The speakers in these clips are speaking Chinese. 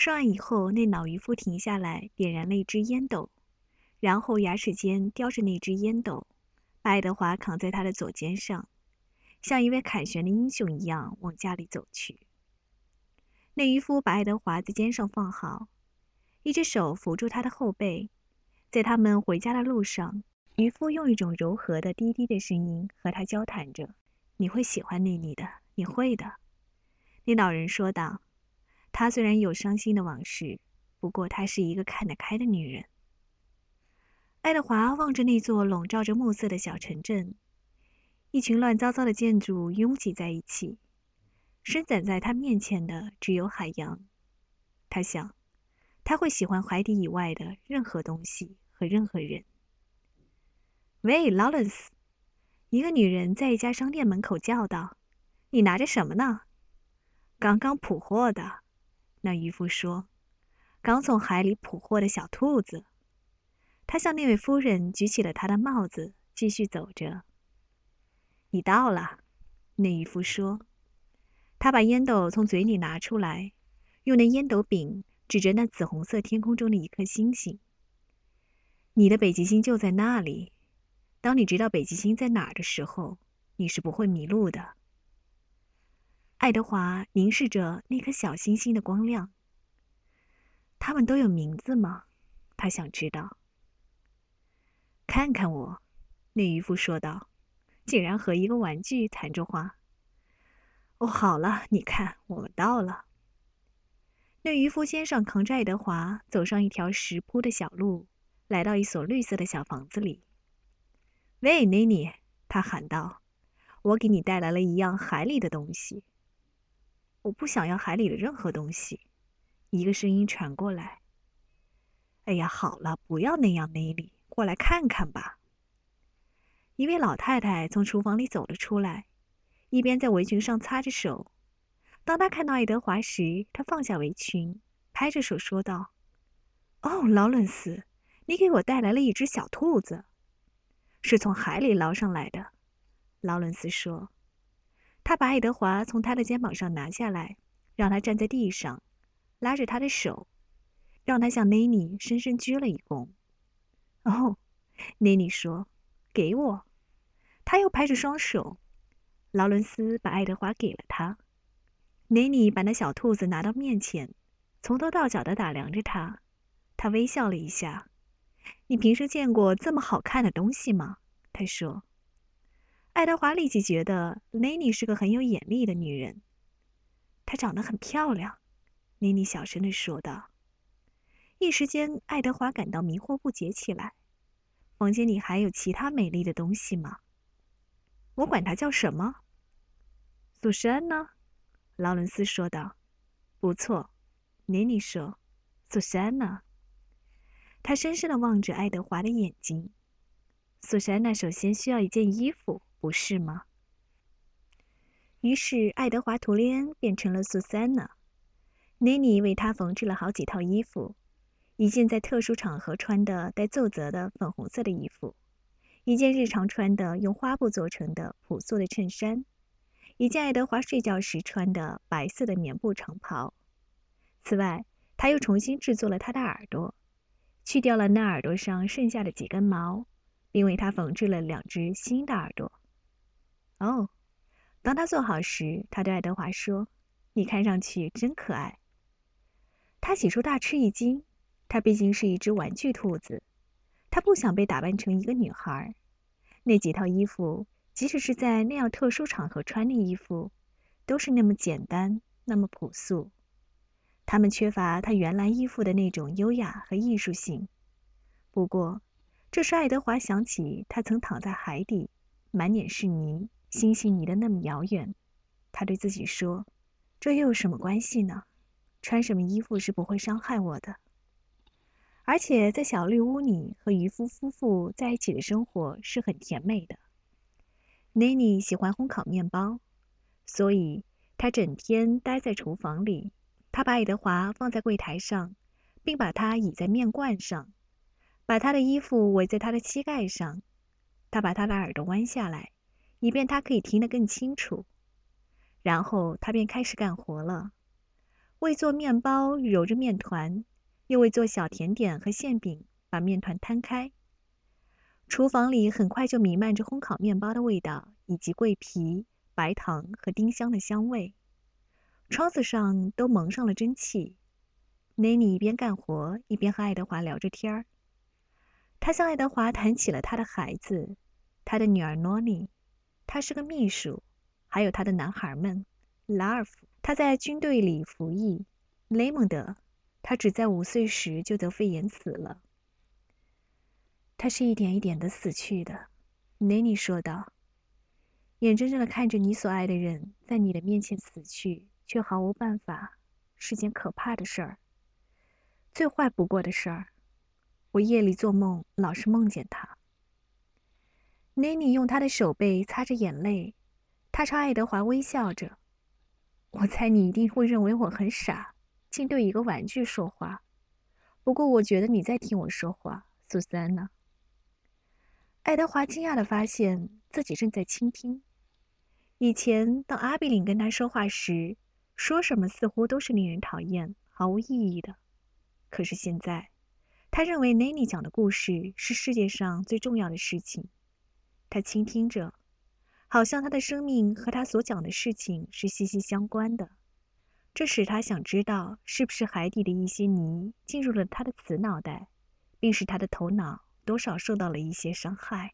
说完以后，那老渔夫停下来，点燃了一支烟斗，然后牙齿间叼着那支烟斗，把爱德华扛在他的左肩上，像一位凯旋的英雄一样往家里走去。那渔夫把爱德华在肩上放好，一只手扶住他的后背。在他们回家的路上，渔夫用一种柔和的低低的声音和他交谈着：“你会喜欢内妮的，你会的。”那老人说道：“她虽然有伤心的往事，不过她是一个看得开的女人。”爱德华望着那座笼罩着暮色的小城镇，一群乱糟糟的建筑拥挤在一起，伸展在他面前的只有海洋。他想，他会喜欢海底以外的任何东西和任何人。喂，劳伦斯！一个女人在一家商店门口叫道：“你拿着什么呢？”刚刚捕获的，那渔夫说，刚从海里捕获的小兔子。他向那位夫人举起了他的帽子，继续走着。你到了，那渔夫说。他把烟斗从嘴里拿出来，用那烟斗柄指着那紫红色天空中的一颗星星。你的北极星就在那里。当你知道北极星在哪儿的时候，你是不会迷路的。爱德华凝视着那颗小星星的光亮。它们都有名字吗？他想知道。看看我，那渔夫说道，竟然和一个玩具谈着话。哦，好了，你看，我们到了。那渔夫肩上扛着爱德华，走上一条石铺的小路，来到一所绿色的小房子里。喂，内妮，他喊道，我给你带来了一样海里的东西。我不想要海里的任何东西，一个声音传过来。哎呀，好了，不要那样，内妮，过来看看吧。一位老太太从厨房里走了出来，一边在围裙上擦着手。当她看到爱德华时，她放下围裙，拍着手说道：“哦，劳伦斯，你给我带来了一只小兔子，是从海里捞上来的。”劳伦斯说。他把爱德华从他的肩膀上拿下来，让他站在地上，拉着他的手，让他向内妮深深鞠了一躬。“哦，”内妮说，“给我。”他又拍着双手。劳伦斯把爱德华给了他。内妮把那小兔子拿到面前，从头到脚地打量着它。他微笑了一下。“你平时见过这么好看的东西吗？”他说。爱德华立即觉得内妮是个很有眼力的女人。她长得很漂亮，内妮小声地说道。一时间，爱德华感到迷惑不解起来。房间里还有其他美丽的东西吗？我管它叫什么？苏珊呢？劳伦斯说道。不错，内妮说，苏珊娜。他深深地望着爱德华的眼睛。苏珊娜首先需要一件衣服，不是吗？于是爱德华·图利恩变成了苏珊娜。内妮为他缝制了好几套衣服，一件在特殊场合穿的带皱褶的粉红色的衣服，一件日常穿的用花布做成的朴素的衬衫，一件爱德华睡觉时穿的白色的棉布长袍。此外，他又重新制作了他的耳朵，去掉了那耳朵上剩下的几根毛，并为他缝制了2只新的耳朵。哦，当他做好时，他对爱德华说：“你看上去真可爱。”他起初大吃一惊，他毕竟是一只玩具兔子，他不想被打扮成一个女孩。那几套衣服，即使是在那样特殊场合穿的衣服，都是那么简单，那么朴素。他们缺乏他原来衣服的那种优雅和艺术性。不过，这时爱德华想起他曾躺在海底，满脸是泥，星星离得那么遥远。他对自己说：“这又有什么关系呢？穿什么衣服是不会伤害我的。”而且在小绿屋里和渔夫夫妇在一起的生活是很甜美的。内妮喜欢烘烤面包，所以她整天待在厨房里。她把爱德华放在柜台上，并把他倚在面罐上，把他的衣服围在他的膝盖上。她把他的耳朵弯下来，以便他可以听得更清楚。然后他便开始干活了。 为做面包揉着面团，又为做小甜点和馅饼把面团摊开。厨房里很快就弥漫着烘烤面包的味道，以及桂皮、白糖和丁香的香味。窗子上都蒙上了蒸汽。内尼一边干活，一边和爱德华聊着天儿。他向爱德华谈起了他的孩子，他的女儿诺妮，他是个秘书，还有他的男孩们。拉尔夫，他在军队里服役；雷蒙德，他只在5岁时就得肺炎死了。他是一点一点地死去的，内尼说道。眼睁睁地看着你所爱的人在你的面前死去，却毫无办法，是件可怕的事儿，最坏不过的事儿。我夜里做梦，老是梦见他。内尼用他的手背擦着眼泪，他朝爱德华微笑着。我猜你一定会认为我很傻，竟对一个玩具说话。不过我觉得你在听我说话，苏珊娜。爱德华惊讶地发现自己正在倾听。以前，当阿比林跟他说话时，说什么似乎都是令人讨厌、毫无意义的。可是现在，他认为内尼讲的故事是世界上最重要的事情。他倾听着，好像他的生命和他所讲的事情是息息相关的。这使他想知道是不是海底的一些泥进入了他的瓷脑袋，并使他的头脑多少受到了一些伤害。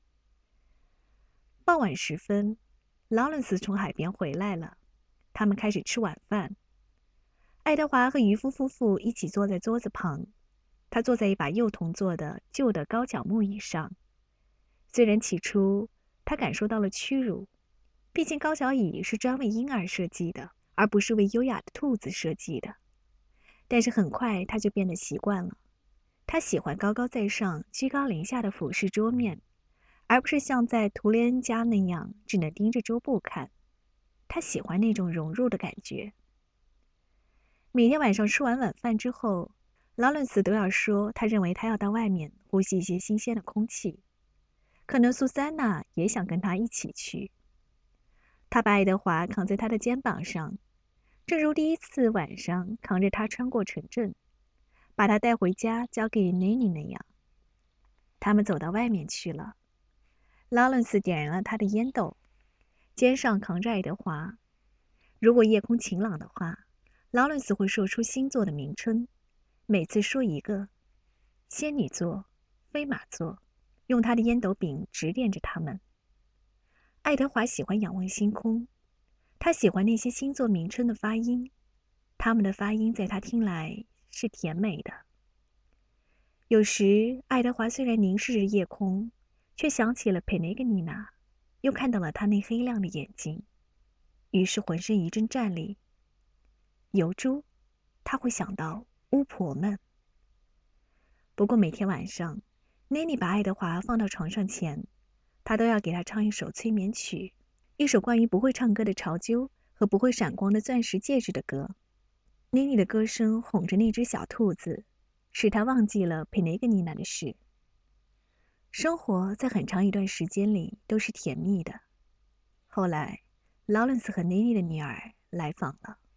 傍晚时分，劳伦斯从海边回来了，他们开始吃晚饭。爱德华和渔夫夫妇一起坐在桌子旁，他坐在一把幼童做的旧的高脚木椅上。虽然起初他感受到了屈辱，毕竟高脚椅是专为婴儿设计的，而不是为优雅的兔子设计的。但是很快他就变得习惯了。他喜欢高高在上、居高临下的俯视桌面，而不是像在图雷恩家那样只能盯着桌布看。他喜欢那种融入的感觉。每天晚上吃完晚饭之后，劳伦斯都要说他认为他要到外面呼吸一些新鲜的空气。可能苏珊娜也想跟他一起去。他把爱德华扛在他的肩膀上，正如第一次晚上扛着他穿过城镇，把他带回家交给内尼那样。他们走到外面去了。劳伦斯点燃了他的烟斗，肩上扛着爱德华。如果夜空晴朗的话，劳伦斯会说出星座的名称，每次说一个：仙女座、飞马座，用他的烟斗柄指点着他们。爱德华喜欢仰望星空，他喜欢那些星座名称的发音，他们的发音在他听来是甜美的。有时，爱德华虽然凝视着夜空，却想起了佩内格妮娜，又看到了她那黑亮的眼睛，于是浑身一阵战栗。油猪，他会想到巫婆们。不过每天晚上，内尼把爱德华放到床上前，他都要给他唱一首催眠曲，一首关于不会唱歌的潮鸠和不会闪光的钻石戒指的歌。内尼的歌声哄着那只小兔子，使他忘记了佩内格妮娜的事。生活在很长一段时间里都是甜蜜的。后来，劳伦斯和内尼的女儿来访了。